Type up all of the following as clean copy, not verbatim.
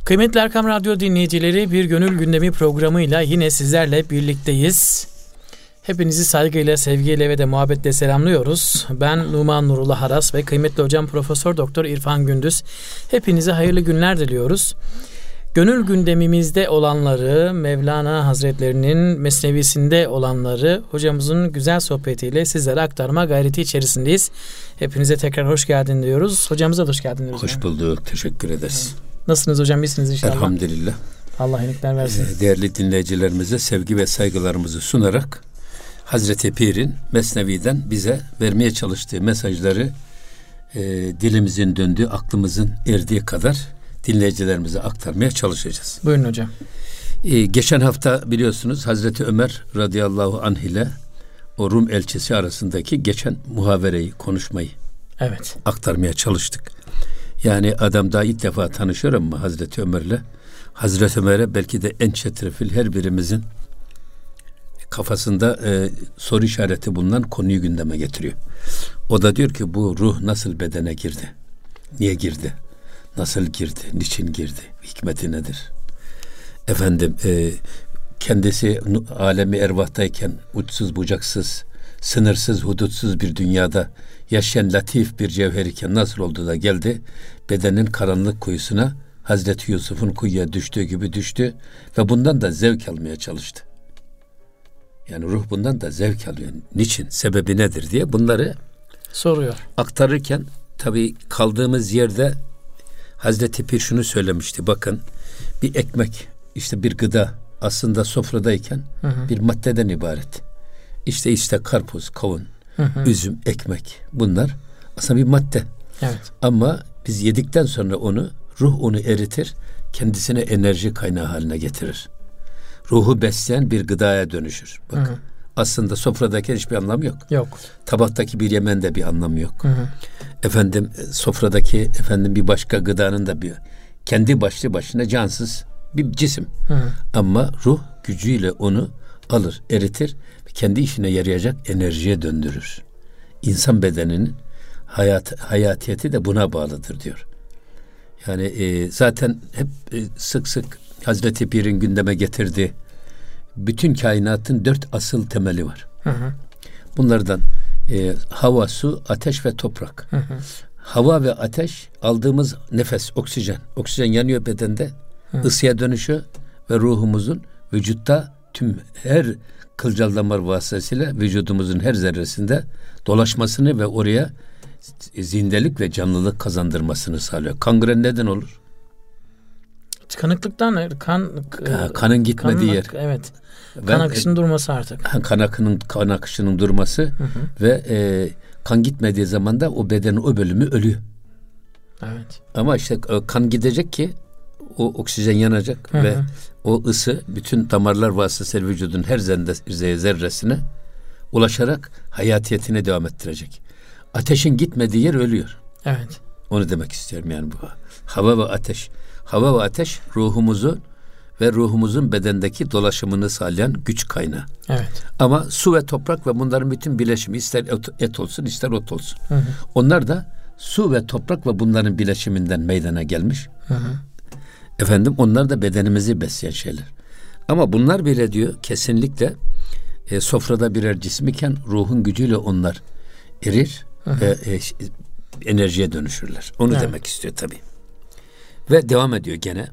Kıymetli Erkam Radyo dinleyicileri, bir gönül gündemi programıyla yine sizlerle birlikteyiz. Hepinizi saygıyla, sevgiyle ve de muhabbetle selamlıyoruz. Ben Numan Nurullah Aras ve kıymetli hocam Profesör Doktor İrfan Gündüz. Hepinize hayırlı günler diliyoruz. Gönül gündemimizde olanları, Mevlana Hazretlerinin mesnevisinde olanları hocamızın güzel sohbetiyle sizlere aktarma gayreti içerisindeyiz. Hepinize tekrar hoş geldin diyoruz. Hocamıza da hoş geldin diyoruz. Hoş bulduk. Teşekkür ederiz. Nasılsınız hocam? İyisiniz inşallah. Elhamdülillah. Allah iyilikler versin. Değerli dinleyicilerimize sevgi ve saygılarımızı sunarak Hazreti Pir'in Mesnevi'den bize vermeye çalıştığı mesajları dilimizin döndüğü, aklımızın erdiği kadar dinleyicilerimize aktarmaya çalışacağız. Buyurun hocam. Geçen hafta biliyorsunuz Hazreti Ömer radıyallahu anh ile o Rum elçisi arasındaki geçen muhabereyi, konuşmayı aktarmaya çalıştık. Yani adam daha ilk defa tanışıyor ama Hazreti Ömer'le. Hazreti Ömer'e belki de en çetrefil her birimizin kafasında soru işareti bulunan konuyu gündeme getiriyor. O da diyor ki bu ruh nasıl bedene girdi? Niye girdi? Nasıl girdi? Niçin girdi? Hikmeti nedir? Efendim kendisi alemi ervahtayken uçsuz bucaksız, sınırsız, hudutsuz bir dünyada yaşayan latif bir cevher iken nasıl oldu da geldi bedenin karanlık kuyusuna, Hazreti Yusuf'un kuyuya düştüğü gibi düştü ve bundan da zevk almaya çalıştı. Yani ruh bundan da zevk alıyor. Niçin? Sebebi nedir diye bunları soruyor. Aktarırken tabii kaldığımız yerde Hazreti Pir şunu söylemişti. Bakın, bir ekmek, işte bir gıda aslında sofradayken bir maddeden ibaret. İşte karpuz, kavun, üzüm, ekmek, bunlar aslında bir madde. Evet. Ama biz yedikten sonra ruh onu eritir, kendisine enerji kaynağı haline getirir. Ruhu besleyen bir gıdaya dönüşür. Bakın, aslında sofradaki hiçbir anlamı yok. Yok. Tabaktaki bir yemeğin de bir anlamı yok. Sofradaki bir başka gıdanın da bir kendi başlı başına cansız bir cisim. Ama ruh gücüyle onu alır, eritir ve kendi işine yarayacak enerjiye döndürür. İnsan bedeninin hayatiyeti de buna bağlıdır diyor. Yani zaten hep sık sık Hazreti Pir'in gündeme getirdiği bütün kainatın 4 asıl temeli var. Bunlardan hava, su, ateş ve toprak. Hava ve ateş aldığımız nefes, oksijen. Oksijen yanıyor bedende, ısıya dönüşüyor ve ruhumuzun vücutta tüm her kılcal damar vasıtasıyla vücudumuzun her zerresinde dolaşmasını ve oraya zindelik ve canlılık kazandırmasını sağlıyor. Kangren neden olur? Tıkanıklıktan, kanın gitmediği yer. Evet. Kan akışının durması artık. Kan akışının durması ve kan gitmediği zaman da o bedenin o bölümü ölüyor. Evet. Ama işte kan gidecek ki o oksijen yanacak ve o ısı bütün damarlar vasıtasıyla vücudun her zerresine ulaşarak hayatiyetine devam ettirecek. Ateşin gitmediği yer ölüyor. Evet. Onu demek istiyorum yani bu. Hava ve ateş. Hava ve ateş ruhumuzun bedendeki dolaşımını sağlayan güç kaynağı. Evet. Ama su ve toprak ve bunların bütün bileşimi, ister et olsun ister ot olsun. Onlar da su ve toprak ve bunların bileşiminden meydana gelmiş. Onlar da bedenimizi besleyen şeyler. Ama bunlar bile diyor kesinlikle sofrada birer cisim iken ruhun gücüyle onlar erir ve enerjiye dönüşürler. Onu demek istiyor tabii. Ve devam ediyor gene.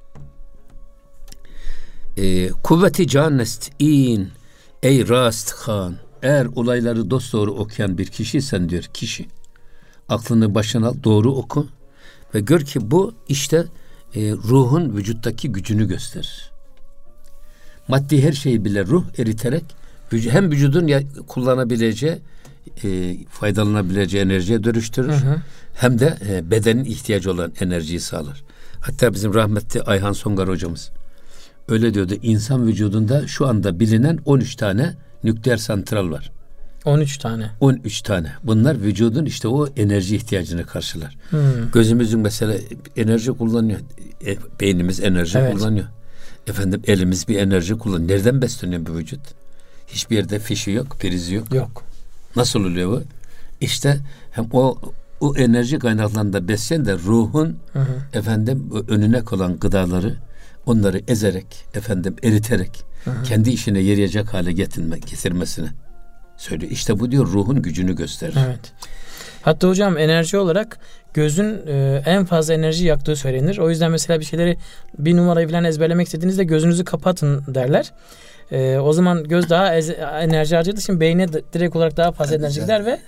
Kuvveti canest in ey rast khan. Eğer olayları dosdoğru okuyan bir kişiysen diyor kişi, aklını başına al, doğru oku ve gör ki bu işte ruhun vücuttaki gücünü gösterir. Maddi her şeyi bile ruh eriterek hem vücudun kullanabileceği, faydalanabileceği enerjiye dönüştürür. Hem de bedenin ihtiyacı olan enerjiyi sağlar. Hatta bizim rahmetli Ayhan Songar hocamız öyle diyordu. İnsan vücudunda şu anda bilinen 13 tane nükleer santral var. 13 tane. 13 tane. Bunlar vücudun işte o enerji ihtiyacını karşılar. Gözümüzün mesela enerji kullanıyor. Beynimiz enerji kullanıyor. Elimiz bir enerji kullanıyor. Nereden besleniyor bu vücut? Hiçbir yerde fişi yok, prizi yok. Yok. Nasıl oluyor bu? İşte hem o o enerji kaynaklarında besleyen de ruhun efendim önüne konan gıdaları, onları ezerek, efendim eriterek kendi işine yarayacak hale getirmesini söylüyor. İşte bu diyor ruhun gücünü gösterir. Evet. Hatta hocam enerji olarak gözün en fazla enerji yaktığı söylenir. O yüzden mesela bir şeyleri, bir numarayı falan ezberlemek istediğinizde gözünüzü kapatın derler. O zaman göz daha enerji harcadığı için beyne direkt olarak daha fazla enerji gider ve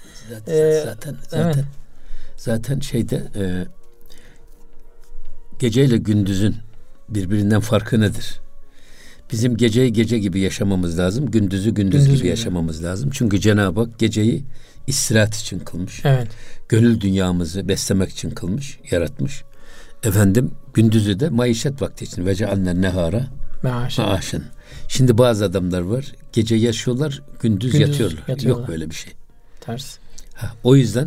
zaten şeyde geceyle gündüzün birbirinden farkı nedir? Bizim geceyi gece gibi yaşamamız lazım, gündüzü gündüz gibi yaşamamız lazım. Çünkü Cenab-ı Hak geceyi istirahat için kılmış. Evet. Gönül dünyamızı beslemek için kılmış, yaratmış. Efendim gündüzü de maişet vakti için. Ve cealne nehara maaşın. Şimdi bazı adamlar var, gece yaşıyorlar, gündüz yatıyorlar. Yok böyle bir şey. Ters. O yüzden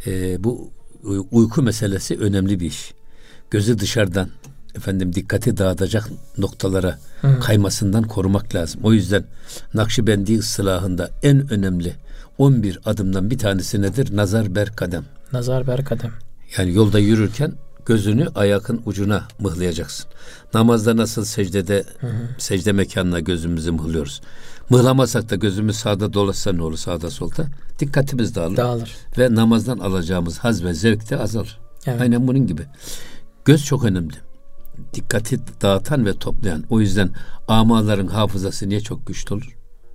bu uyku meselesi önemli bir iş. Gözü dışarıdan dikkati dağıtacak noktalara kaymasından korumak lazım. O yüzden Nakşibendi ıslahında en önemli 11 adımdan bir tanesi nedir? Nazar ber kadem. Nazar ber kadem. Yani yolda yürürken gözünü ayakın ucuna mıhlayacaksın. Namazda nasıl secdede secde mekanına gözümüzü mıhlıyoruz. Mıhlamasak da gözümüz sağda dolaşsa ne olur, sağda solda? Dikkatimiz dağılır. Ve namazdan alacağımız haz ve zevk de azalır. Evet. Aynen bunun gibi. Göz çok önemli. Dikkati dağıtan ve toplayan. O yüzden amaların hafızası niye çok güçlü olur?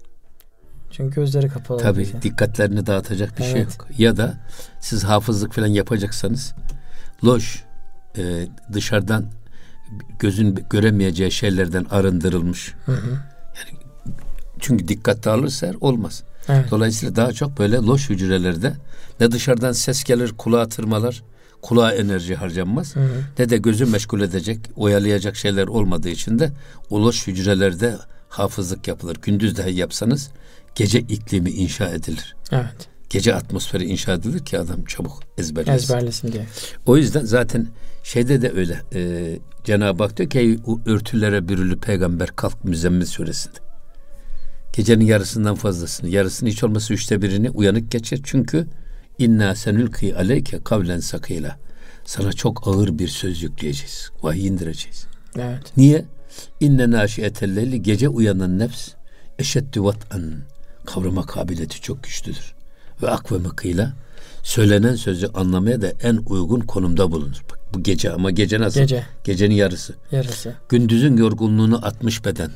Çünkü gözleri kapalı. Tabii dikkatlerini dağıtacak bir şey yok. Ya da siz hafızlık falan yapacaksanız loş, dışarıdan gözün göremeyeceği şeylerden arındırılmış. Yani çünkü dikkat dağılırsa olmaz. Evet. Dolayısıyla daha çok böyle loş hücrelerde ne dışarıdan ses gelir, kulağa tırmalar, kulağa enerji harcanmaz. Ne de gözü meşgul edecek, oyalayacak şeyler olmadığı için de o loş hücrelerde hafızlık yapılır. Gündüz dahi yapsanız gece iklimi inşa edilir. Evet. Gece atmosferi inşa edilir ki adam çabuk ezberlesin diye. O yüzden zaten şeyde de öyle. Cenab-ı Hak diyor ki örtülere bürülü peygamber kalk Müzzemmil suresinde. Gecenin yarısından fazlasını, yarısını hiç olmazsa 1/3'ünü uyanık geçir. Çünkü inna senülki aleyke kavlen sakila. Sana çok ağır bir söz yükleyeceğiz. Vahiy indireceğiz. Evet. Niye? İnne naşiyetelleyli, gece uyanan nefs eşeddü vat'an, kavrama kabiliyeti çok güçlüdür. Ve akveme kıyla, söylenen sözü anlamaya da en uygun konumda bulunur. Bak, bu gece, ama gece nasıl? Gecenin yarısı. Gündüzün yorgunluğunu atmış beden.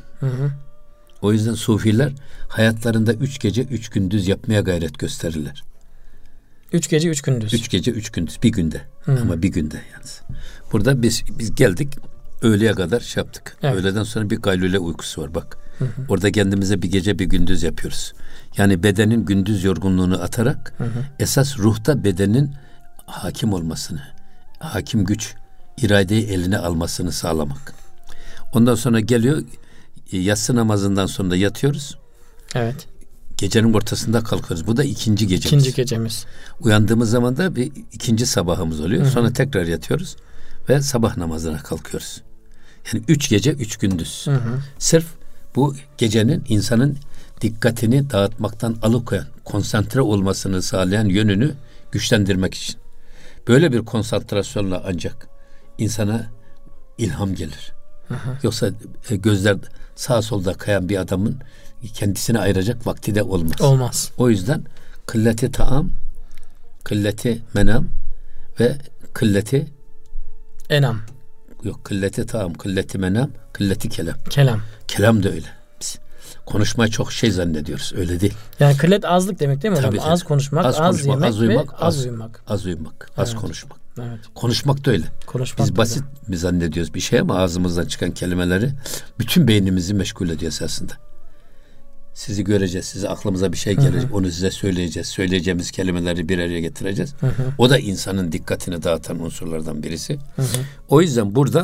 O yüzden sufiler hayatlarında 3 gece 3 gündüz yapmaya gayret gösterirler. 3 gece 3 gündüz. 3 gece 3 gündüz bir günde. Ama bir günde yalnız. Burada biz geldik öğleye kadar şey yaptık. Evet. Öğleden sonra bir gaylule uykusu var bak. Orada kendimize bir gece bir gündüz yapıyoruz. Yani bedenin gündüz yorgunluğunu atarak esas ruhta bedenin hakim olmasını, hakim güç, iradeyi eline almasını sağlamak. Ondan sonra geliyor yatsı namazından sonra yatıyoruz. Evet. Gecenin ortasında kalkıyoruz. Bu da ikinci gecemiz. İkinci gecemiz. Uyandığımız zaman da bir ikinci sabahımız oluyor. Sonra tekrar yatıyoruz ve sabah namazına kalkıyoruz. Yani 3 gece 3 gündüz. Sırf bu gecenin insanın dikkatini dağıtmaktan alıkoyan, konsantre olmasını sağlayan yönünü güçlendirmek için. Böyle bir konsantrasyonla ancak insana ilham gelir. Yoksa gözler sağa solda kayan bir adamın kendisine ayıracak vakti de olmaz. O yüzden kılleti taam, kılleti menam ve kılleti enam. Yok, kılleti taam, kılleti menam, kılleti kelam. Kelam da öyle. Biz konuşmayı çok zannediyoruz. Öyle değil. Yani kıllet azlık demek değil mi hocam? Az konuşmak, az yemek, az uyumak, az uyumak, az konuşmak. Evet. Konuşmak da öyle. Biz basit mi zannediyoruz bir şey ama ağzımızdan çıkan kelimeleri bütün beynimizi meşgul ediyor esasında. Sizi göreceğiz, size aklımıza bir şey gelecek, onu size söyleyeceğiz. Söyleyeceğimiz kelimeleri bir araya getireceğiz. O da insanın dikkatini dağıtan unsurlardan birisi. O yüzden burada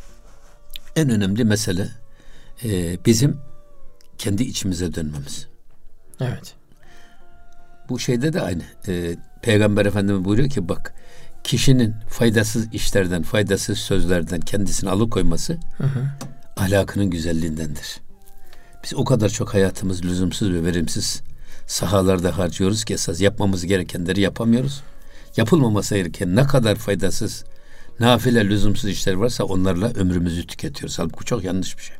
en önemli mesele bizim kendi içimize dönmemiz. Evet. Bu şeyde de aynı. Peygamber Efendimiz buyuruyor ki bak, kişinin faydasız işlerden, faydasız sözlerden kendisini alıkoyması ahlakının güzelliğindendir. Biz o kadar çok hayatımız lüzumsuz ve verimsiz sahalarda harcıyoruz ki esas yapmamız gerekenleri yapamıyoruz. yapılmaması gereken ne kadar faydasız, nafile, lüzumsuz işler varsa onlarla ömrümüzü tüketiyoruz. Halbuki çok yanlış bir şey.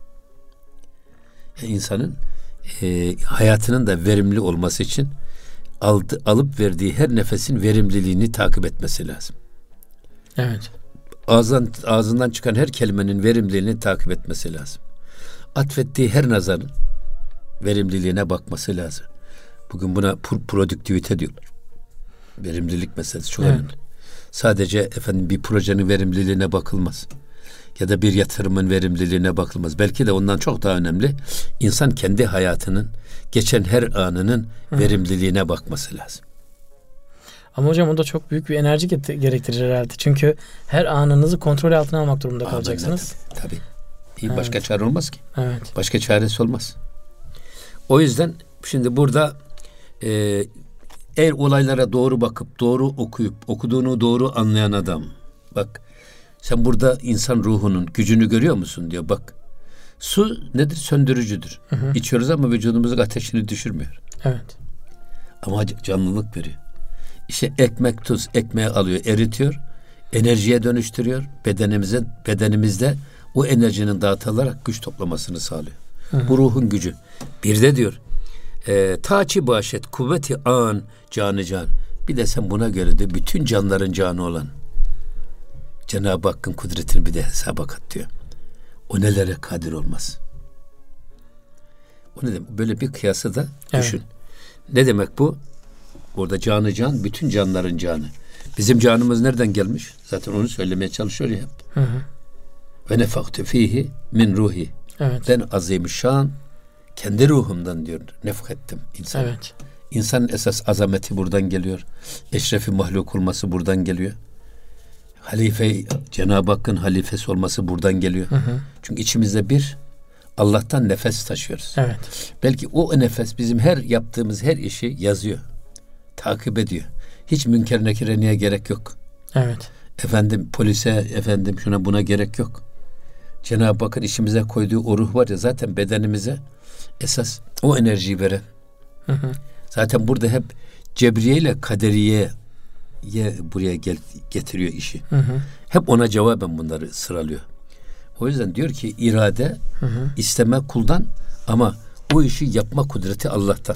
Yani insanın hayatının da verimli olması için alıp verdiği her nefesin verimliliğini takip etmesi lazım. Evet. Ağzından çıkan her kelimenin verimliliğini takip etmesi lazım. Atfettiği her nazarın verimliliğine bakması lazım. Bugün buna produktivite diyorlar. Verimlilik meselesi çok önemli. Sadece bir projenin verimliliğine bakılmaz. Ya da bir yatırımın verimliliğine bakılmaz. Belki de ondan çok daha önemli, insan kendi hayatının geçen her anının verimliliğine bakması lazım. Ama hocam o da çok büyük bir enerji gerektirir herhalde. Çünkü her anınızı kontrol altına almak durumunda kalacaksınız. Tabii. Başka çare olmaz ki. Evet. Başka çaresi olmaz. O yüzden şimdi burada eğer olaylara doğru bakıp, doğru okuyup, okuduğunu doğru anlayan adam, bak sen burada insan ruhunun gücünü görüyor musun diyor. Bak, su nedir? Söndürücüdür. İçiyoruz ama vücudumuzun ateşini düşürmüyor. Evet. Ama canlılık veriyor. İşte ekmek, tuz, ekmeği alıyor, eritiyor, enerjiye dönüştürüyor, bedenimizde o enerjinin dağıtılarak güç toplamasını sağlıyor. Bu ruhun gücü. Bir de diyor, taçi başet kuvveti an canı can. Bir de sen buna göre de bütün canların canı olan Cenab-ı Hakk'ın kudretini bir de hesaba kat diyor. O nelere kadir olmaz. O ne demek? Böyle bir kıyası da düşün. Evet. Ne demek bu? Orada canı can, bütün canların canı. Bizim canımız nereden gelmiş? Zaten onu söylemeye çalışıyor ya hep. Ve nefaktu fihi min ruhi. Evet. Ben azimüşşan kendi ruhumdan diyor nefkettim insan. Evet. İnsanın esas azameti buradan geliyor. Eşrefi mahluk olması buradan geliyor. Cenab-ı Hakk'ın halifesi olması buradan geliyor. Çünkü içimizde bir Allah'tan nefes taşıyoruz. Evet. Belki o nefes bizim her yaptığımız her işi yazıyor. Takip ediyor. Hiç münker nekireniye gerek yok. Evet. Polise, şuna buna gerek yok. Cenab-ı Hakk'ın işimize koyduğu o ruh var ya, zaten bedenimize esas o enerjiyi veren. Zaten burada hep cebriye ile kaderiye buraya getiriyor işi. Hep ona cevaben bunları sıralıyor. O yüzden diyor ki irade, isteme kuldan ama o işi yapma kudreti Allah'tan.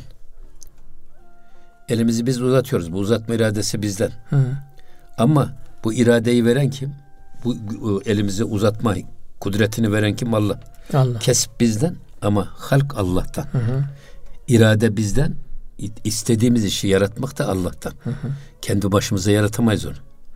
Elimizi biz uzatıyoruz. Bu uzatma iradesi bizden. Ama bu iradeyi veren kim? Bu elimizi uzatma kudretini veren kim? Allah. Kesip bizden ama halk Allah'tan. İrade bizden. İstediğimiz işi yaratmak da Allah'tan. Kendi başımıza yaratamayız onu.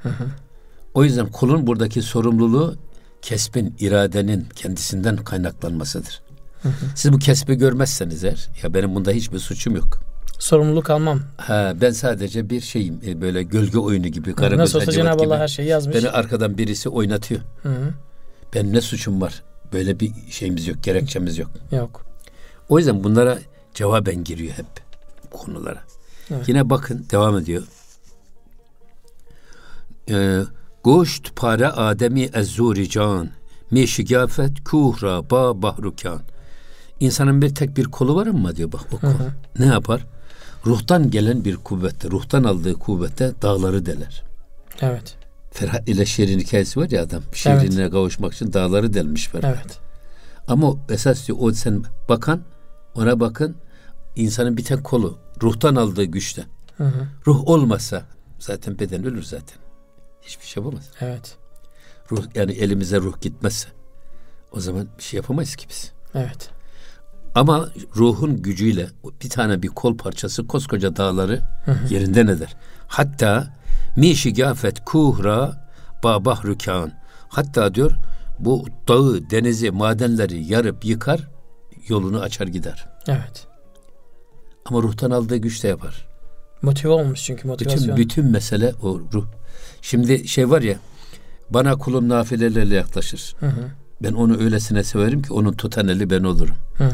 O yüzden kulun buradaki sorumluluğu kesbin, iradenin kendisinden kaynaklanmasıdır. Siz bu kesbi görmezseniz ya benim bunda hiçbir suçum yok. Sorumluluk almam. Ben sadece bir şeyim, böyle gölge oyunu gibi. Nasıl olsa Cenab-ı Allah her şeyi yazmış. Beni arkadan birisi oynatıyor. Ben ne suçum var? Böyle bir şeyimiz yok, gerekçemiz yok. Yok. O yüzden bunlara cevaben giriyor hep bu konulara. Evet. Yine bakın devam ediyor. Goşt para ademi ezzuri can meşigafet kuhra ba bahrukan. İnsanın tek bir kolu var ama diyor bak o kol. Ne yapar? Ruhtan gelen bir kuvvette, ruhtan aldığı kuvvette dağları deler. Evet. Ferhat ile Şirin hikayesi var ya, adam Şirin'e kavuşmak için dağları delmiş Ferhat. Evet. Ama esas diyor o sen ona bakın, insanın bir tek kolu, ruhtan aldığı güçten. Ruh olmasa zaten beden ölür zaten. Hiçbir şey yapamaz. Evet. Ruh, yani elimize ruh gitmezse o zaman bir şey yapamayız ki biz. Evet. Ama ruhun gücüyle bir kol parçası koskoca dağları yerinden eder. Hatta mişigafet kuhra ba bahrukan. Hatta diyor bu dağı, denizi, madenleri yarıp yıkar, yolunu açar gider. Evet. Ama ruhtan aldığı güç de yapar. Motive olmuş çünkü motivasyon. Bütün mesele o ruh. Şimdi var ya, bana kulum nafilelerle yaklaşır. Ben onu öylesine severim ki onun tutan eli ben olurum.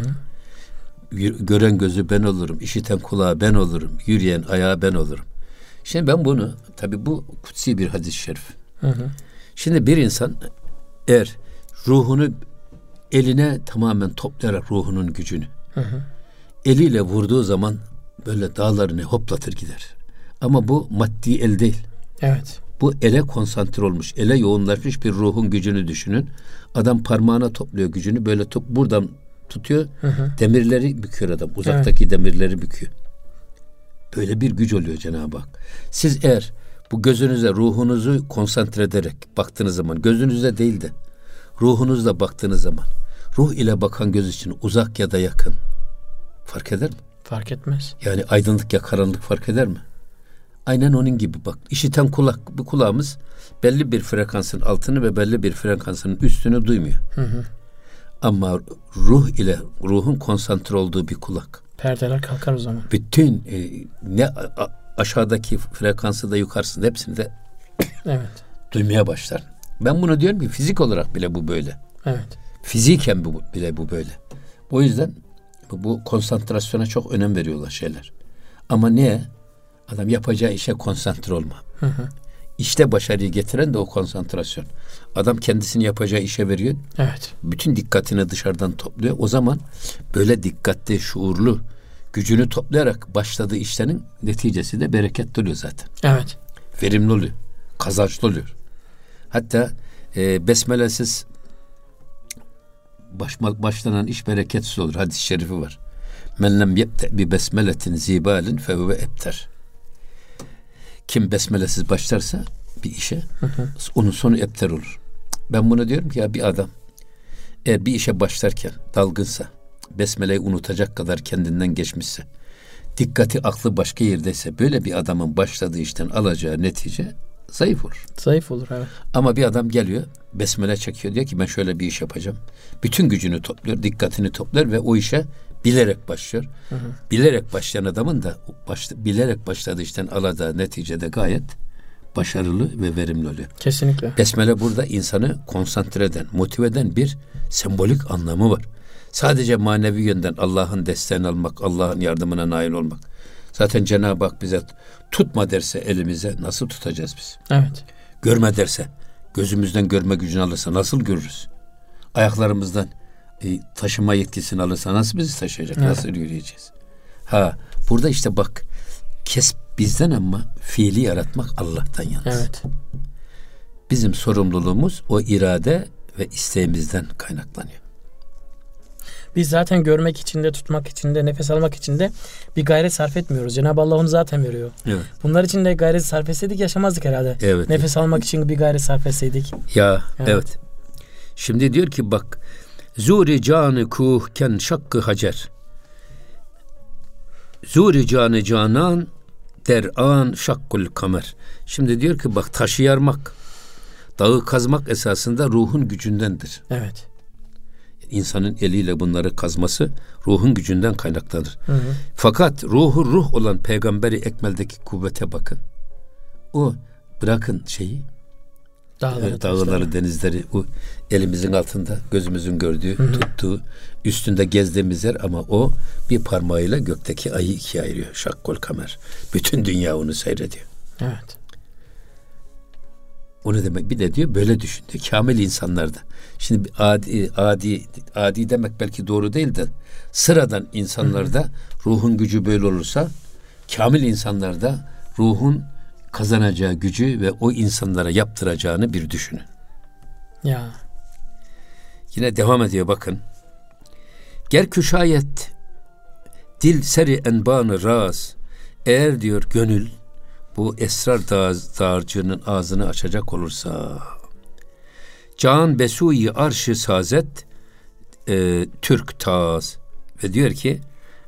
Gören gözü ben olurum. İşiten kulağı ben olurum. Yürüyen ayağı ben olurum. Şimdi ben bunu, tabii bu kutsi bir hadis-i şerif. Şimdi bir insan eğer ruhunu eline tamamen toplayarak ruhunun gücünü eliyle vurduğu zaman böyle dağlarını hoplatır gider. Ama bu maddi el değil. Evet. Bu ele konsantre olmuş, ele yoğunlaşmış bir ruhun gücünü düşünün. Adam parmağına topluyor gücünü, böyle buradan tutuyor, demirleri büküyor adam. Uzaktaki demirleri büküyor. Böyle bir güç oluyor Cenab-ı Hak. Siz eğer bu gözünüze, ruhunuzu konsantre ederek baktığınız zaman, gözünüze değil de ruhunuzla baktığınız zaman, ruh ile bakan göz için uzak ya da yakın fark eder mi? Fark etmez. Yani aydınlık ya karanlık fark eder mi? Aynen onun gibi bak. İşiten kulak, bu kulağımız belli bir frekansın altını ve belli bir frekansın üstünü duymuyor. Ama ruh ile ruhun konsantre olduğu bir kulak. Perdeler kalkar o zaman. Bütün ne aşağıdaki frekansı da yukarısında hepsini de duymaya başlar. Ben bunu diyorum ki fizik olarak bile bu böyle. Evet. Fiziken bile bu böyle. O yüzden bu konsantrasyona çok önem veriyorlar şeyler. Ama ne? Adam yapacağı işe konsantre olma. İşte başarıyı getiren de o konsantrasyon. Adam kendisini yapacağı işe veriyor. Evet. Bütün dikkatini dışarıdan topluyor. O zaman böyle dikkatli, şuurlu, gücünü toplayarak başladığı işlerin neticesi de bereketli oluyor zaten. Evet. Verimli oluyor. Kazançlı oluyor. Hatta besmelesiz başlanan iş bereketsiz olur. Hadis-i şerifi var. Men lem yebte bi besmeletin zibalin fehuve ebter. Kim besmelesiz başlarsa bir işe, onun sonu ebter olur. Ben bunu diyorum ki ya bir adam eğer bir işe başlarken dalgınsa, besmeleyi unutacak kadar kendinden geçmişse, dikkati, aklı başka yerdeyse, böyle bir adamın başladığı işten alacağı netice zayıf olur. Zayıf olur, evet. Ama bir adam geliyor, besmele çekiyor, diyor ki ben şöyle bir iş yapacağım. Bütün gücünü topluyor, dikkatini toplar ve o işe bilerek başlıyor. Bilerek başlayan adamın da bilerek başladığı işten alacağı neticede gayet başarılı ve verimli oluyor. Kesinlikle. Besmele burada insanı konsantre eden, motive eden bir sembolik anlamı var. Sadece manevi yönden Allah'ın desteğini almak, Allah'ın yardımına nail olmak. Zaten Cenab-ı Hak bize tutma derse elimize nasıl tutacağız biz? Evet. Görme derse, gözümüzden görme gücünü alırsa nasıl görürüz? Ayaklarımızdan taşıma yetkisini alırsa nasıl bizi taşıyacak? Evet. Nasıl yürüyeceğiz? Burada işte bak, kesp bizden ama fiili yaratmak Allah'tan yalnız. Evet. Bizim sorumluluğumuz o irade ve isteğimizden kaynaklanıyor. Biz zaten görmek için de, tutmak için de, nefes almak için de bir gayret sarf etmiyoruz. Cenab-ı Allah onu zaten veriyor. Evet. Bunlar için de gayret sarf etseydik yaşamazdık herhalde. Evet. Nefes almak için bir gayret sarf etseydik. Evet. Şimdi diyor ki bak, zuri canı kuhken şakkı hacer. Zuri canı canan der'an şakkul kamer. Şimdi diyor ki bak, taşı yarmak, dağı kazmak esasında ruhun gücündendir. Evet. İnsanın eliyle bunları kazması ruhun gücünden kaynaklanır. Fakat ruh olan Peygamberi Ekmel'deki kuvvete bakın. O bırakın şeyi, dağları, denizleri, o elimizin altında, gözümüzün gördüğü, tuttuğu, üstünde gezdiğimiz yer, ama o bir parmağıyla gökteki ayı ikiye ayırıyor. Şakkol kamer. Bütün dünya onu seyrediyor. Evet. O ne demek? Bir de diyor böyle düşün diyor. Kamil insanlarda. Şimdi adi demek belki doğru değil de sıradan insanlarda ruhun gücü böyle olursa, kamil insanlarda ruhun kazanacağı gücü ve o insanlara yaptıracağını bir düşünün. Ya. Yine devam ediyor bakın. Gerkü şayet dil seri enbanı raz, eğer diyor gönül bu esrar dağarcığının ağzını açacak olursa, can besuyi arşı sazet Türk taz, ve diyor ki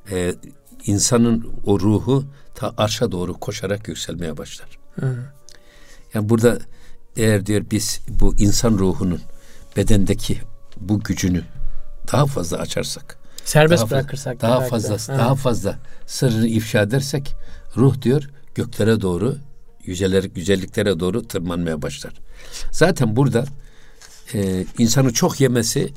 insanın o ruhu ta arşa doğru koşarak yükselmeye başlar. Yani burada eğer diyor biz bu insan ruhunun bedendeki bu gücünü daha fazla açarsak, serbest bırakırsak, daha fazla sırrını ifşa edersek, ruh diyor göklere doğru, yücelliklere doğru tırmanmaya başlar. Zaten burada insanı çok yemesi,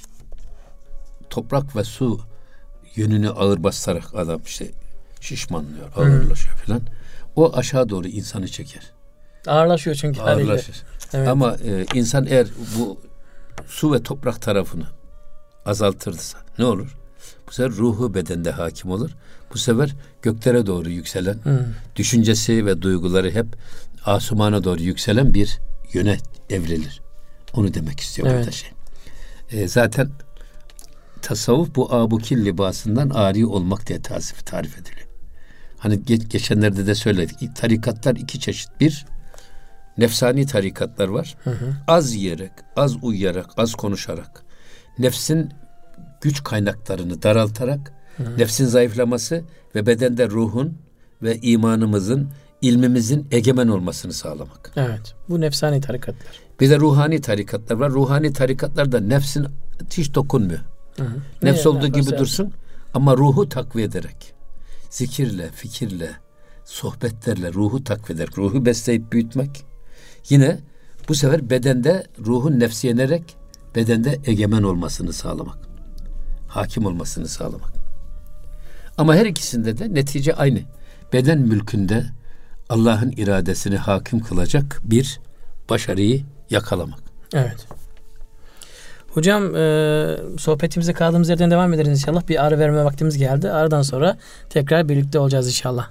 toprak ve su yönünü ağır basarak adam işte şişmanlıyor, ağırlaşıyor falan. O aşağı doğru insanı çeker. Ağırlaşıyor çünkü. Ağırlaşır. Evet. Ama insan eğer bu su ve toprak tarafını azaltırsa ne olur? Bu sefer ruhu bedende hakim olur. Bu sefer göklere doğru yükselen düşüncesi ve duyguları hep asumana doğru yükselen bir yöne evrilir. Onu demek istiyor burada şey. Zaten tasavvuf bu abukil libasından ari olmak diye tarif ediliyor. Hani geçenlerde de söyledik. Tarikatlar iki çeşit. Bir, nefsani tarikatlar var. Az yiyerek, az uyuyarak, az konuşarak, nefsin güç kaynaklarını daraltarak, nefsin zayıflaması ve bedende ruhun ve imanımızın, ilmimizin egemen olmasını sağlamak. Evet. Bu nefsani tarikatlar. Bir de ruhani tarikatlar var. Ruhani tarikatlarda nefsin hiç dokunmuyor. Nefs olduğu gibi dursun ama ruhu takviye ederek, zikirle, fikirle, sohbetlerle ruhu takviye ederek, ruhu besleyip büyütmek. Yine bu sefer bedende ruhun nefsi yenerek bedende egemen olmasını sağlamak. Hakim olmasını sağlamak. Ama her ikisinde de netice aynı. Beden mülkünde Allah'ın iradesini hakim kılacak bir başarıyı yakalamak. Evet. Hocam sohbetimize kaldığımız yerden devam ederiz inşallah. Bir ara verme vaktimiz geldi. Aradan sonra tekrar birlikte olacağız inşallah.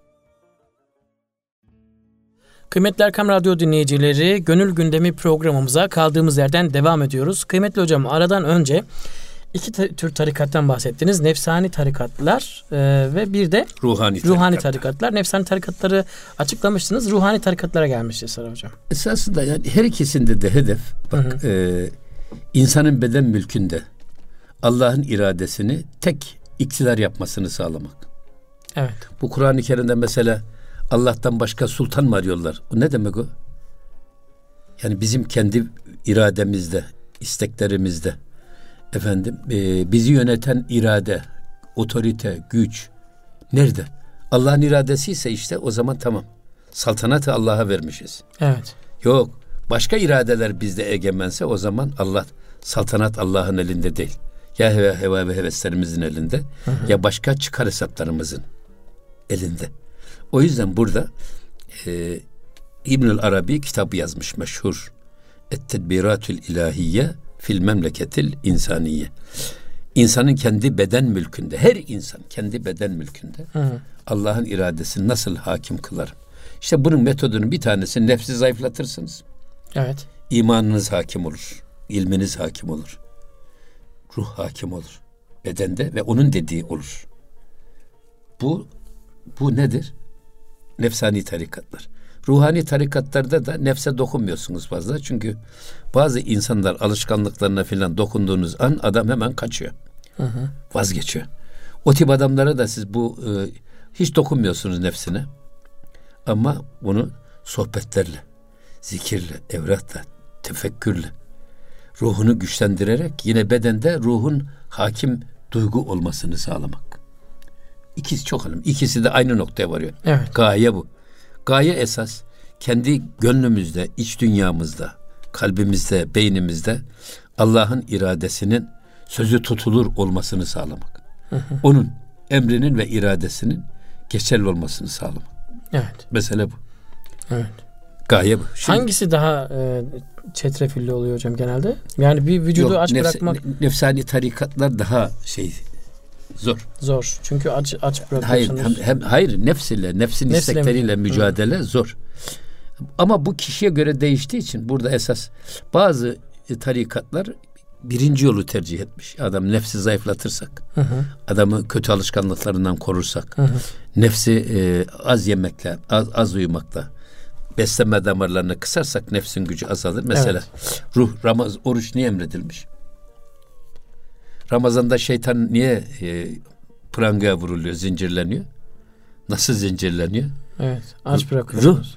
Kıymetli Erkam Radyo dinleyicileri, Gönül Gündemi programımıza kaldığımız yerden devam ediyoruz. Kıymetli hocam, aradan önce iki tür tarikattan bahsettiniz. Nefsani tarikatlar ve bir de ruhani tarikatlar. Nefsani tarikatları açıklamıştınız. Ruhani tarikatlara gelmişti Sarı hocam. Esasında yani her ikisinde de hedef insanın beden mülkünde Allah'ın iradesini tek iktidar yapmasını sağlamak. Evet. Bu Kur'an-ı Kerim'de mesela Allah'tan başka sultan mı arıyorlar? O ne demek o? Yani bizim kendi irademizde, isteklerimizde, bizi yöneten irade, otorite, güç nerede? Allah'ın iradesi ise işte o zaman tamam. Saltanatı Allah'a vermişiz. Evet. Yok. Başka iradeler bizde egemense o zaman saltanat Allah'ın elinde değil. Ya heva ve heveslerimizin elinde, ya başka çıkar hesaplarımızın elinde. O yüzden burada İbnül Arabi kitabı yazmış meşhur. Et-Tedbiratül İlahiyye fil memleketil insaniye. İnsanın kendi beden mülkünde, her insan kendi beden mülkünde Allah'ın iradesini nasıl hakim kılarım? İşte bunun metodunun bir tanesi nefsi zayıflatırsınız. Evet. İmanınız hakim olur. İlminiz hakim olur. Ruh hakim olur. Bedende ve onun dediği olur. Bu nedir? Nefsani tarikatlar. Ruhani tarikatlarda da nefse dokunmuyorsunuz fazla. Çünkü bazı insanlar alışkanlıklarına filan dokunduğunuz an adam hemen kaçıyor. Vazgeçiyor. O tip adamlara da siz hiç dokunmuyorsunuz nefsine. Ama bunu sohbetlerle, zikirle, evratla, tefekkürle, ruhunu güçlendirerek yine bedende ruhun hakim duygu olmasını sağlamak. İkisi çok önemli. İkisi de aynı noktaya varıyor. Evet. Gaye bu. Gaye esas kendi gönlümüzde, iç dünyamızda, kalbimizde, beynimizde Allah'ın iradesinin sözü tutulur olmasını sağlamak. Onun emrinin ve iradesinin geçerli olmasını sağlamak. Evet. Mesele bu. Evet. Gaye bu. Hangisi daha çetrefilli oluyor hocam genelde? Yani bir vücudu aç bırakmak. Nefsani tarikatlar daha zor. Zor. Çünkü aç bırakıyorsunuz. Hayır, nefsin istekleriyle mücadele zor. Ama bu kişiye göre değiştiği için burada esas bazı tarikatlar birinci yolu tercih etmiş. Adam nefsi zayıflatırsak, adamı kötü alışkanlıklarından korursak, nefsi az yemekle, az uyumakla, beslenme damarlarını kısarsak nefsin gücü azalır. Mesela ruh, oruç niye emredilmiş? Ramazan'da şeytan niye prangaya vuruluyor, zincirleniyor? Nasıl zincirleniyor? Evet, aç bırakıyorsunuz.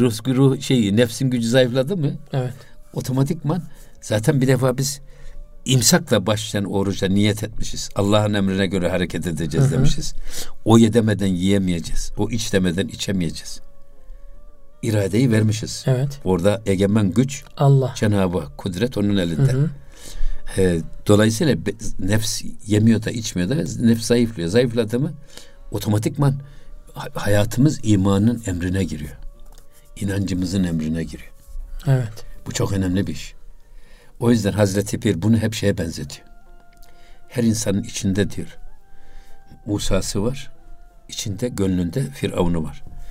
Nefsin gücü zayıfladı mı? Evet. Otomatikman zaten bir defa biz imsakla başlayan oruca niyet etmişiz. Allah'ın emrine göre hareket edeceğiz demişiz. O yedemeden yiyemeyeceğiz. O iç demeden içemeyeceğiz. İradeyi vermişiz. Evet. Orada egemen güç Allah. Cenab-ı Hak, kudret onun elinde. Dolayısıyla nefs yemiyor da içmiyor da nefs zayıflıyor. Zayıfladı mı otomatikman hayatımız imanın emrine giriyor. İnancımızın emrine giriyor. Evet. Bu çok önemli bir iş. O yüzden Hazreti Pir bunu hep şeye benzetiyor. Her insanın içinde diyor Musa'sı var, içinde gönlünde Firavun'u var.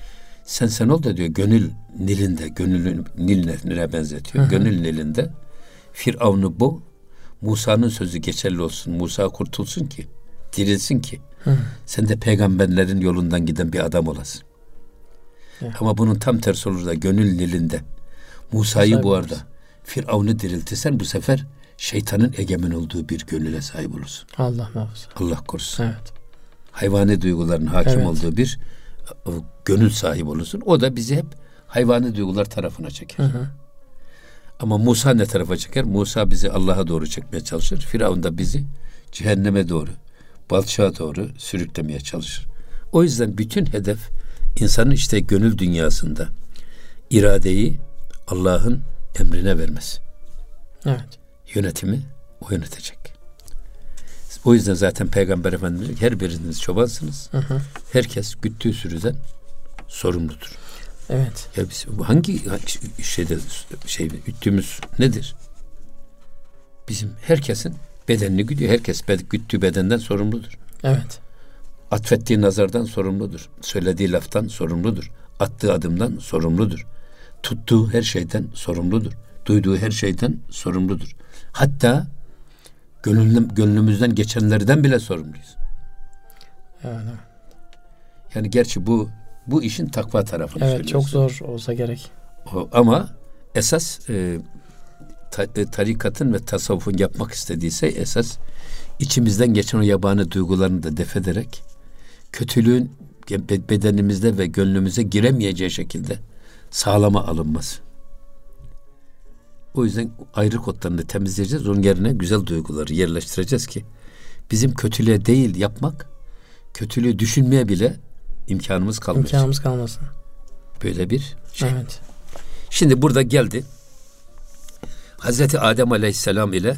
sen ol da diyor gönül Nil'inde, gönlün Nil nehrine benzetiyor. Gönül Nil'inde Firavun'u boğ, Musa'nın sözü geçerli olsun. Musa kurtulsun ki, dirilsin ki sen de peygamberlerin yolundan giden bir adam olasın. Ama bunun tam tersi olur da gönül Nil'inde Musa'yı bu arada Firavun'u diriltirsen bu sefer şeytanın egemen olduğu bir gönüle sahip olursun. Allah muhafaza. Allah korusun. Evet. Hayvani duyguların hakim olduğu bir gönül sahibi olursun. O da bizi hep hayvani duygular tarafına çeker. Ama Musa ne tarafa çeker? Musa bizi Allah'a doğru çekmeye çalışır. Firavun da bizi cehenneme doğru, balçağa doğru sürüklemeye çalışır. O yüzden bütün hedef insanın işte gönül dünyasında iradeyi Allah'ın emrine vermesi. Evet. Yönetimi o yönetecek. O yüzden zaten Peygamber Efendimiz her biriniz çobansınız. Herkes güttüğü sürüden sorumludur. Evet. Ya biz hangi güttüğümüz nedir? Bizim herkesin bedenini güdüyor. Herkes güttüğü bedenden sorumludur. Evet. Atfettiği nazardan sorumludur. Söylediği laftan sorumludur. Attığı adımdan sorumludur. Tuttuğu her şeyden sorumludur. Duyduğu her şeyden sorumludur. Hatta gönlümüzden geçenlerden bile sorumluyuz. Evet. Yani gerçi bu işin takva tarafını söylüyorsun. Evet, çok zor olsa gerek. Ama esas tarikatın ve tasavvufun yapmak istediyse esas içimizden geçen o yabani duygularını da def ederek kötülüğün bedenimizde ve gönlümüze giremeyeceği şekilde sağlama alınması. O yüzden ayrık otlarını temizleyeceğiz. Onun yerine güzel duyguları yerleştireceğiz ki bizim kötülüğe değil yapmak, kötülüğü düşünmeye bile imkanımız kalmayacak. İmkanımız kalmasın. Böyle bir şey. Evet. Şimdi burada geldi. Hazreti Adem Aleyhisselam ile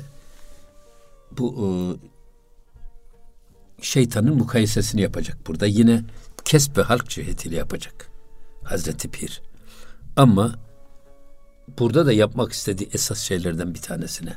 bu şeytanın mukayesesini yapacak burada. Yine kesb ve halk cihetiyle yapacak Hazreti Pir. Ama burada da yapmak istediği esas şeylerden bir tanesine.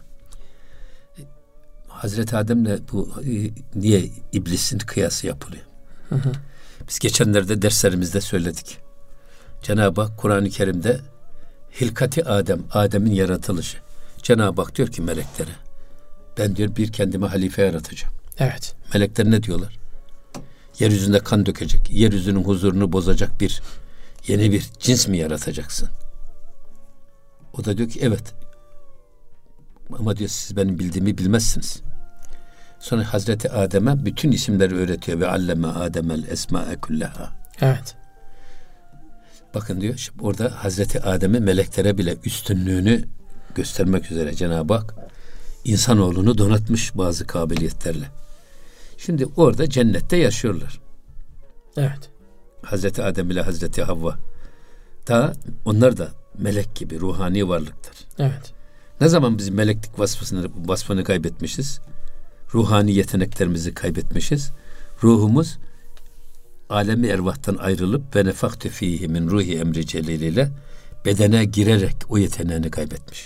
Hazreti Adem'le bu niye iblisin kıyası yapılıyor? Biz geçenlerde derslerimizde söyledik. Cenab-ı Hak Kur'an-ı Kerim'de hilkati Adem'in yaratılışı. Cenab-ı Hak diyor ki meleklere, ben diyor bir kendime halife yaratacağım. Evet. Melekler ne diyorlar? Yeryüzünde kan dökecek, yeryüzünün huzurunu bozacak yeni bir cins mi yaratacaksın? O da diyor ki evet. Ama diyor siz benim bildiğimi bilmezsiniz. Sonra Hazreti Adem'e bütün isimleri öğretiyor ve alleme Adem'el esma'e kullaha. Evet. Bakın diyor şimdi orada Hazreti Adem'e meleklere bile üstünlüğünü göstermek üzere Cenab-ı Hak insanoğlunu donatmış bazı kabiliyetlerle. Şimdi orada cennette yaşıyorlar. Evet. Hazreti Adem ile Hazreti Havva. Onlar da melek gibi ruhani varlıklar. Evet. Ne zaman biz meleklik vasfını kaybetmişiz? Ruhani yeteneklerimizi kaybetmişiz. Ruhumuz alemi ervahtan ayrılıp ve nefaktu fihi min ruhi emri celiliyle bedene girerek o yeteneğini kaybetmiş.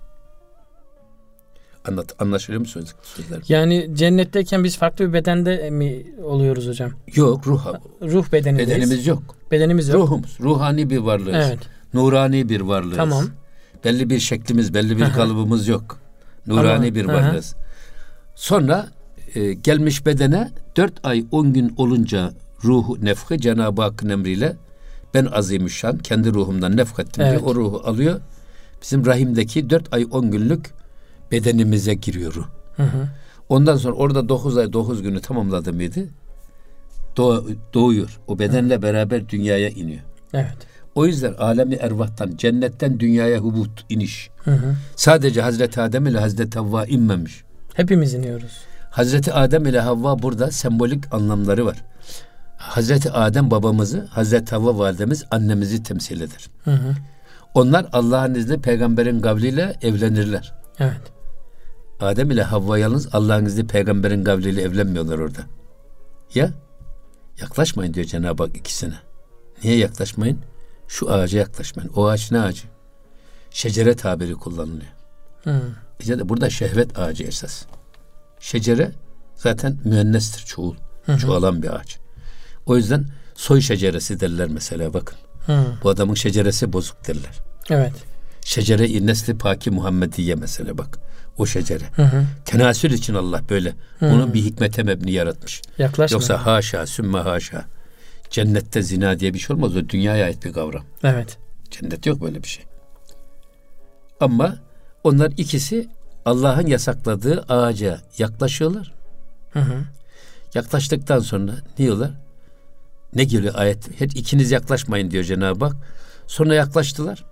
Anlaşılıyor mu sözler? Yani cennetteyken biz farklı bir bedende mi oluyoruz hocam? Yok, ruh bedenindeyiz. Bedenimiz yok. Bedenimiz yok. Ruhumuz, ruhani bir varlığız. Evet. Nurani bir varlığız. Tamam. Belli bir şeklimiz, belli bir kalıbımız yok. Nurani bir varlığız. Sonra gelmiş bedene 4 ay 10 gün olunca ruhu nefhi Cenab-ı Hakk'ın emriyle ben azimüşşan kendi ruhumdan nefkettim diye o ruhu alıyor. Bizim rahimdeki 4 ay 10 günlük bedenimize giriyor ruh. Ondan sonra orada 9 ay 9 günü tamamladı mıydı? Doğuyor. O bedenle beraber dünyaya iniyor. Evet. O yüzden alemi ervahtan, cennetten dünyaya hubut, iniş. Sadece Hazreti Adem ile Hazreti Havva inmemiş. Hepimiz iniyoruz. Hazreti Adem ile Havva burada sembolik anlamları var. Hazreti Adem babamızı, Hazreti Havva validemiz annemizi temsil eder. Onlar Allah'ın izniyle peygamberin kavliyle evlenirler. Evet. Adem ile Havva yalnız Allah'ın izniyle peygamberin kavliyle evlenmiyorlar orada. Ya yaklaşmayın diyor Cenab-ı Hak ikisine. Niye yaklaşmayın? Şu ağaca yaklaşmayın. O ağaç ne ağacı? Şecere tabiri kullanılıyor. İşte burada şehvet ağacı esas. Şecere zaten müennestir, çoğul. Çoğalan bir ağaç. O yüzden soy şeceresi derler mesela bakın. Bu adamın şeceresi bozuk derler. Evet. Şecere-i nesli paki Muhammediye mesela bak. O şecere. Tenasül için Allah böyle. Onu bir hikmete mebni yaratmış. Yaklaşma. Yoksa haşa, sümme haşa. Cennette zina diye bir şey olmaz. O dünyaya ait bir kavram. Evet. Cennette yok böyle bir şey. Ama onlar ikisi Allah'ın yasakladığı ağaca yaklaşıyorlar. Yaklaştıktan sonra ne diyorlar? Ne geliyor ayet? Hep ikiniz yaklaşmayın diyor Cenab-ı Hak. Sonra yaklaştılar.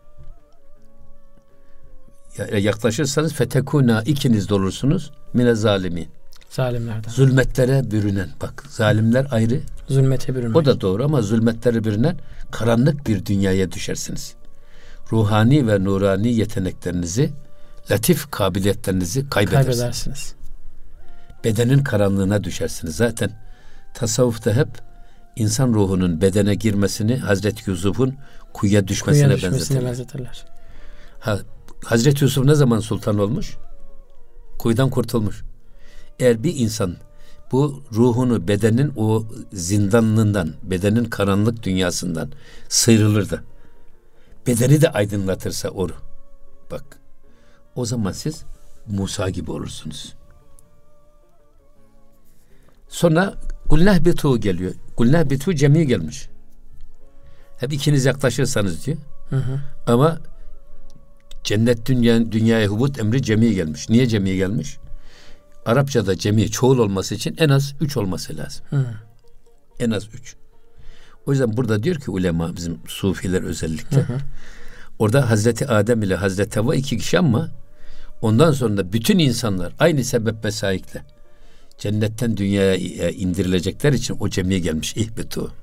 Yaklaşırsanız fetekuna ikiniz de olursunuz mine zalimin. Zalimlerden. Zulmetlere bürünen. Bak zalimler ayrı. Zulmete bürünmek. O da doğru ama zulmetlere bürünen karanlık bir dünyaya düşersiniz. Ruhani ve nurani yeteneklerinizi, latif kabiliyetlerinizi kaybedersiniz. Bedenin karanlığına düşersiniz. Zaten tasavvufta hep insan ruhunun bedene girmesini Hazreti Yusuf'un kuyuya düşmesine benzetirler. Hazreti Yusuf ne zaman sultan olmuş? Kuyudan kurtulmuş. Eğer bir insan bu ruhunu bedenin o zindanlığından, bedenin karanlık dünyasından sıyrılır da bedeni de aydınlatırsa oru. Bak. O zaman siz Musa gibi olursunuz. Sonra Kulneh bitu geliyor. Kulneh bitu cemi gelmiş. Hep ikiniz yaklaşırsanız diyor. Ama cennet dünyaya hubut emri cemi gelmiş. Niye cemi gelmiş? Arapçada cemi çoğul olması için en az 3 olması lazım. En az 3. O yüzden burada diyor ki ulema, bizim sufiler özellikle. Orada Hazreti Adem ile Hazreti Havva 2 kişi ama ondan sonra da bütün insanlar aynı sebep vesaikle cennetten dünyaya indirilecekler için o cemiye gelmiş ihbitu.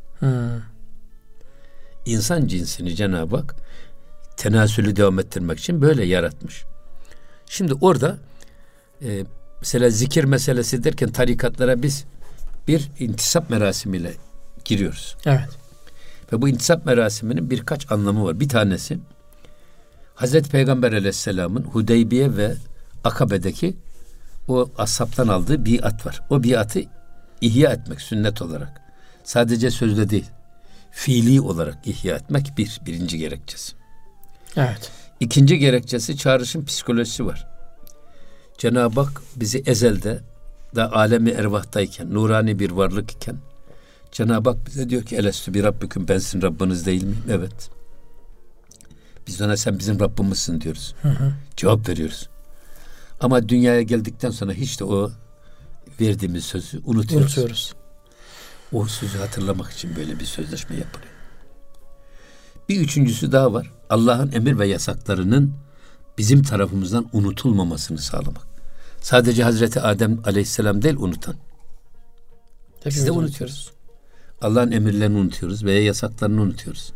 İnsan cinsini Cenab-ı Hak tenasülü devam ettirmek için böyle yaratmış. Şimdi orada mesela zikir meselesi derken tarikatlara biz bir intisap merasimiyle giriyoruz. Evet. Ve bu intisap merasiminin birkaç anlamı var. Bir tanesi Hazreti Peygamber Aleyhisselam'ın Hudeybiye ve Akabe'deki o ashabtan aldığı biat var. O biatı ihya etmek sünnet olarak. Sadece sözle değil, fiili olarak ihya etmek birinci gerekçesi. Evet. İkinci gerekçesi çağrışım psikolojisi var. Cenab-ı Hak bizi ezelde da alemi ervahtayken, nurani bir varlık iken Cenab-ı Hak bize diyor ki elestü bir rabbüküm, ben sizin Rabbiniz değil miyim? Evet. Biz ona sen bizim Rabbimizsin diyoruz. Cevap veriyoruz. Ama dünyaya geldikten sonra hiç de o verdiğimiz sözü unutuyoruz. O sözü hatırlamak için böyle bir sözleşme yapılıyor. Bir üçüncüsü daha var. Allah'ın emir ve yasaklarının bizim tarafımızdan unutulmamasını sağlamak. Sadece Hazreti Adem Aleyhisselam değil unutan. Biz de unutuyoruz. Allah'ın emirlerini unutuyoruz veya yasaklarını unutuyoruz.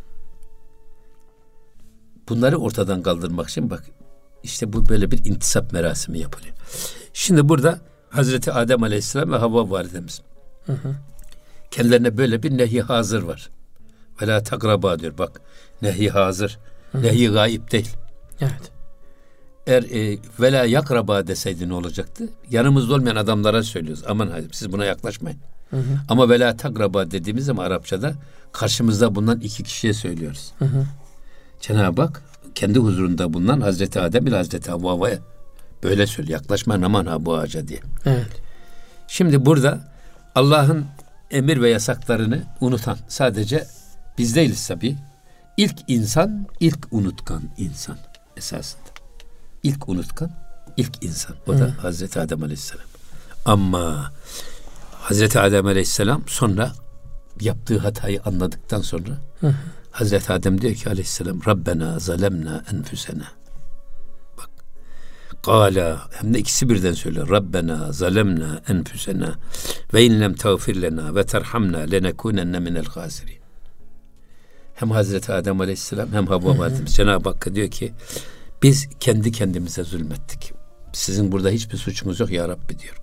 Bunları ortadan kaldırmak için bak işte bu böyle bir intisap merasimi yapılıyor. Şimdi burada Hazreti Adem Aleyhisselam ve Havva validemiz. Kendilerine böyle bir nehi hazır var. Ve la takraba diyor bak. Nehi hazır. Nehi gayip değil. Evet. Eğer ve la yakraba deseydi ne olacaktı? Yanımızda olmayan adamlara söylüyoruz. Aman hadi siz buna yaklaşmayın. Ama ve la takraba dediğimiz zaman Arapçada karşımızda bulunan 2 kişiye söylüyoruz. Cenab-ı Hak kendi huzurunda bulunan Hazreti Adem ile Hazreti Havva'ya böyle söylüyor. Yaklaşmayın aman ha bu ağaca diye. Evet. Şimdi burada Allah'ın emir ve yasaklarını unutan sadece biz değiliz tabii. İlk insan, ilk unutkan insan esasında. İlk unutkan, ilk insan. O da Hazreti Adem Aleyhisselam. Ama Hazreti Adem Aleyhisselam sonra yaptığı hatayı anladıktan sonra Hazreti Adem diyor ki Aleyhisselam Rabbena zalemna enfüsena. Bak. Kâlâ hem de ikisi birden söylüyor. Rabbena zalemna enfüsena ve inlem tağfir lena ve terhamna lenekûnenne minel hâsirin. Hem Hazreti Adem Aleyhisselam hem Havva validemiz Cenab-ı Hakk'a diyor ki biz kendi kendimize zulmettik. Sizin burada hiçbir suçunuz yok ya Rabbi diyor.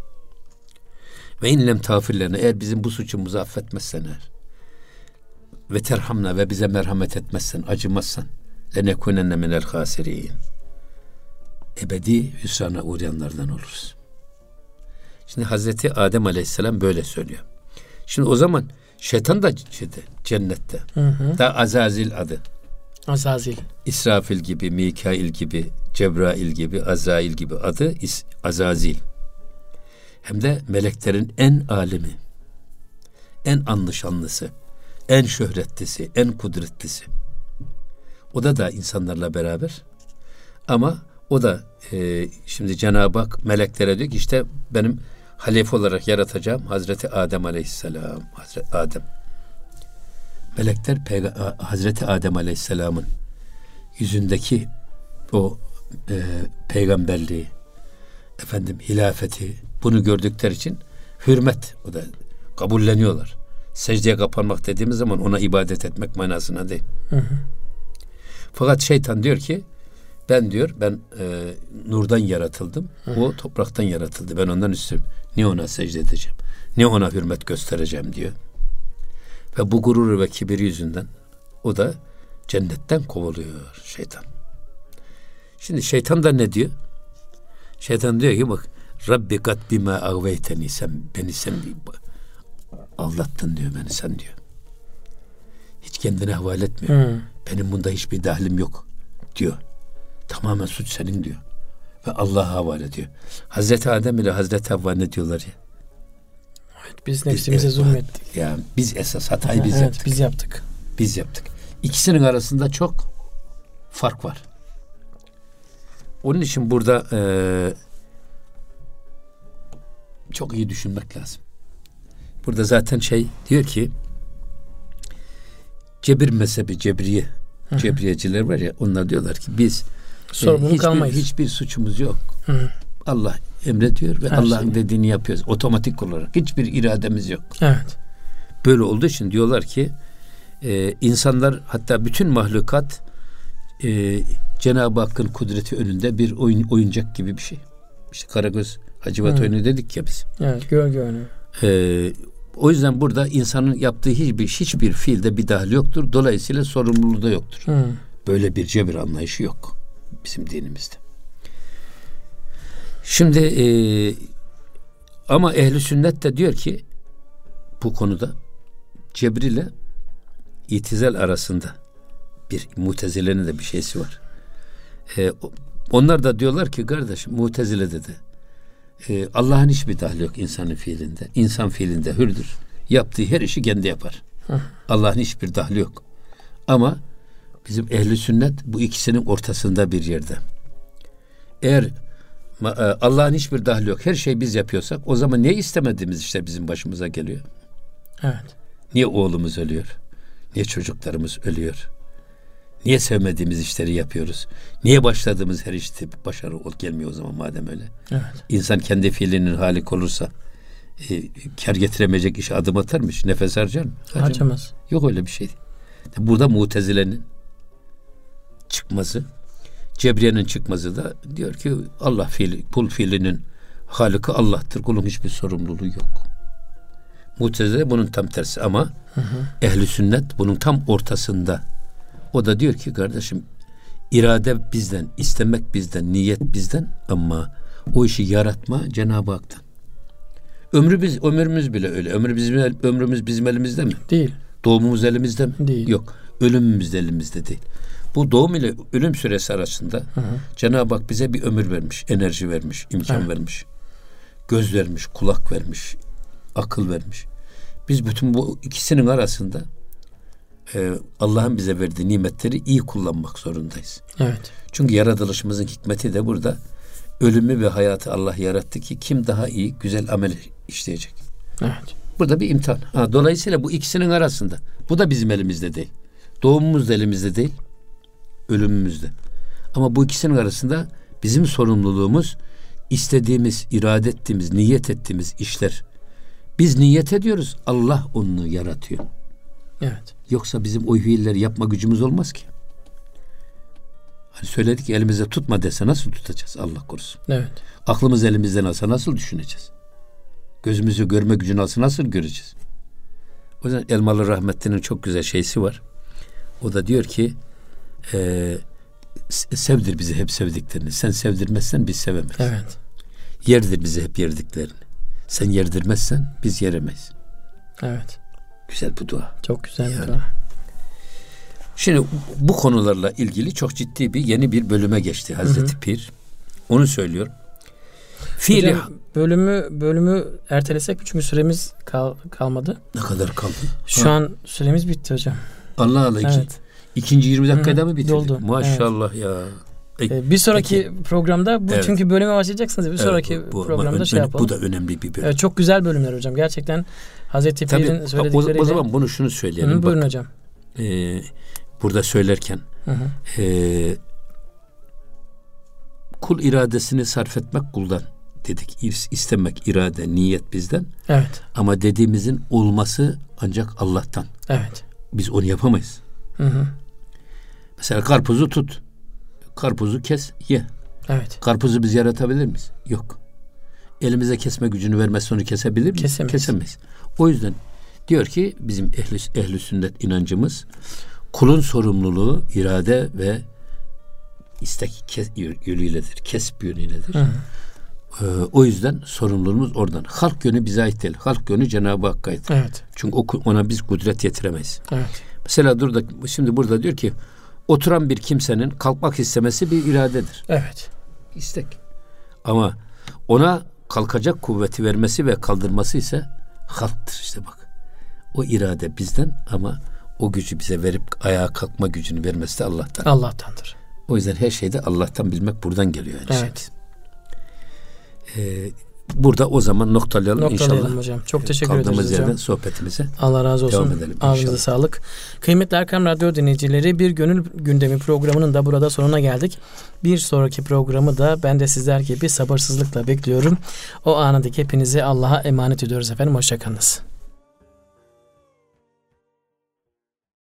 Ve inlem tağfirlerine eğer bizim bu suçumuzu affetmezsen eğer ve terhamna ve bize merhamet etmezsen, acımazsan lenekunenne minel hasirin. Ebedi hüsrana uğrayanlardan oluruz. Şimdi Hazreti Adem Aleyhisselam böyle söylüyor. Şimdi o zaman Şeytan da cennette. Da Azazil adı. Azazil. İsrafil gibi, Mikail gibi, Cebrail gibi, Azrail gibi adı Azazil. Hem de meleklerin en alimi, en anlaşanlısı, en şöhretlisi, en kudretlisi. O da insanlarla beraber. Ama o da şimdi Cenab-ı Hak meleklere diyor ki işte benim halife olarak yaratacağım Hazreti Adem Aleyhisselam. Hazreti Adem. Melekler Hazreti Adem Aleyhisselam'ın yüzündeki o peygamberliği, hilafeti, bunu gördükleri için hürmet, o da kabulleniyorlar. Secdeye kapanmak dediğimiz zaman ona ibadet etmek manasına değil. Fakat şeytan diyor ki ben nurdan yaratıldım. O topraktan yaratıldı. Ben ondan üstüm. Niye ona secde edeceğim? Niye ona hürmet göstereceğim diyor. Ve bu gurur ve kibir yüzünden o da cennetten kovuluyor şeytan. Şimdi şeytan da ne diyor? Şeytan diyor ki bak Rabbi kat bima agveyteni, sen aldattın diyor beni sen diyor. Hiç kendine havale etmiyor. Benim bunda hiçbir dahlim yok diyor. Tamamen suç senin diyor. Ve Allah'a havale ediyor. Hazreti Adem ile Hazreti Havva ne diyorlar ya? Evet, biz nefsimize zulmettik. Yani biz esas hatayı biz yaptık. Biz yaptık. İkisinin arasında çok fark var. Onun için burada çok iyi düşünmek lazım. Burada zaten diyor ki cebir mezhebi, cebriyeciler var ya, onlar diyorlar ki biz hiçbir suçumuz yok. Allah emrediyor ve Allah'ın dediğini yapıyoruz. Otomatik olarak. Hiçbir irademiz yok. Evet. Böyle olduğu için diyorlar ki insanlar, hatta bütün mahlukat Cenab-ı Hakk'ın kudreti önünde bir oyuncak gibi bir şey. İşte Karagöz Hacivat oyunu dedik ya biz. Evet, gölge oyunu. O yüzden burada insanın yaptığı hiçbir fiilde bir dahil yoktur. Dolayısıyla sorumluluğu da yoktur. Böyle bir cebir anlayışı yok bizim dinimizde. Şimdi ama ehl-i sünnet de diyor ki bu konuda cebir ile itizal arasında bir Mutezile'nin de bir şeysi var. Onlar da diyorlar ki kardeşim, Mutezile'de de Allah'ın hiçbir dahli yok insanın fiilinde. İnsan fiilinde hürdür. Yaptığı her işi kendi yapar. Allah'ın hiçbir dahli yok. Ama bizim ehl-i sünnet bu ikisinin ortasında bir yerde. Eğer Allah'ın hiçbir dahli yok, her şeyi biz yapıyorsak, o zaman niye istemediğimiz işler bizim başımıza geliyor? Evet. Niye oğlumuz ölüyor? Niye çocuklarımız ölüyor? Niye sevmediğimiz işleri yapıyoruz? Niye başladığımız her işte başarı gelmiyor o zaman madem öyle? Evet. İnsan kendi fiilinin halik olursa kar getiremeyecek işe adım atar mı? Nefes harcar mı? Harcamaz. Yok öyle bir şey. Burada Mutezile'nin çıkması, Cebriye'nin çıkması da diyor ki Allah fiili, kul fiilinin halıkı Allah'tır. Kulun hiçbir sorumluluğu yok. Mutezile bunun tam tersi ama ehl-i sünnet bunun tam ortasında. O da diyor ki kardeşim, irade bizden, istemek bizden, niyet bizden ama o işi yaratma Cenab-ı Hak'tan. Ömrümüz bile öyle. Ömrümüz bizim elimizde mi? Değil. Doğumumuz elimizde mi? Değil. Yok. Ölümümüz de elimizde değil. Bu doğum ile ölüm süresi arasında Cenab-ı Hak bize bir ömür vermiş, enerji vermiş, imkan vermiş. Göz vermiş, kulak vermiş, akıl vermiş. Biz bütün bu ikisinin arasında Allah'ın bize verdiği nimetleri iyi kullanmak zorundayız. Evet. Çünkü yaratılışımızın hikmeti de burada. Ölümü ve hayatı Allah yarattı ki kim daha iyi, güzel amel işleyecek. Evet. Burada bir imtihan. Dolayısıyla bu ikisinin arasında. Bu da bizim elimizde değil. Doğumumuz da elimizde değil. Ölümümüzde. Ama bu ikisinin arasında bizim sorumluluğumuz istediğimiz, irade ettiğimiz, niyet ettiğimiz işler. Biz niyet ediyoruz. Allah onu yaratıyor. Evet. Yoksa bizim o fiilleri yapma gücümüz olmaz ki. Hani söyledik ki elimizde tutma dese nasıl tutacağız? Allah korusun. Evet. Aklımız elimizden alsa nasıl düşüneceğiz? Gözümüzü görme gücünü alsa nasıl göreceğiz? O yüzden Elmalı Rahmetli'nin çok güzel şeysi var. O da diyor ki sevdir bizi hep sevdiklerini. Sen sevdirmezsen biz sevemeyiz. Evet. Yerdir bizi hep yerdiklerini. Sen yerdirmezsen biz yeremeyiz. Evet. Güzel bu dua. Çok güzel yani. bir dua. Şimdi bu konularla ilgili çok ciddi yeni bir bölüme geçti Hazreti Pir. Onu söylüyor. Hocam, bölümü ertelesek mi? Çünkü süremiz kalmadı. Ne kadar kaldı? Şu an süremiz bitti hocam. Allah Allah. Evet. İkinci 20 dakikada mı bitirdik? Doldu. Maşallah ya. Bir sonraki programda bu çünkü bölüme başlayacaksınız. Bir sonraki programda yapalım. Bu da önemli bir bölüm. Evet, çok güzel bölümler hocam. Gerçekten Hazreti Pir'in söyledikleriyle. O zaman bunu şunu söyleyelim. Buyurun hocam. Burada söylerken kul iradesini sarf etmek kuldan dedik. İstemek, irade, niyet bizden. Evet. Ama dediğimizin olması ancak Allah'tan. Evet. Biz onu yapamayız. Mesela karpuzu tut. Karpuzu kes, ye. Evet. Karpuzu biz yaratabilir miyiz? Yok. Elimize kesme gücünü vermezse onu kesebilir miyiz? Kesemeyiz. O yüzden diyor ki bizim ehli sünnet inancımız kulun sorumluluğu irade ve istek yönüyledir. Kesp yönüyledir. O yüzden sorumluluğumuz oradan. Halk yönü bize ait değil. Halk yönü Cenab-ı Hakk'a ait. Evet. Çünkü ona biz kudret yetiremeyiz. Evet. Mesela şimdi burada diyor ki oturan bir kimsenin kalkmak istemesi bir iradedir. Evet. İstek. Ama ona kalkacak kuvveti vermesi ve kaldırması ise halktır işte bak. O irade bizden ama o gücü bize verip ayağa kalkma gücünü vermesi de Allah'tan. Allah'tandır. O yüzden her şeyde Allah'tan bilmek buradan geliyor. Evet. Burada o zaman noktalayalım inşallah. Hocam. Çok teşekkür ederiz hocam. Kaldığımız yerden sohbetimize Allah razı olsun. devam edelim. Ağzınıza sağlık. Kıymetli Erkam Radyo dinleyicileri, bir gönül gündemi programının da burada sonuna geldik. Bir sonraki programı da ben de sizler gibi sabırsızlıkla bekliyorum. O anındaki hepinizi Allah'a emanet ediyoruz efendim. Hoşça kalınız.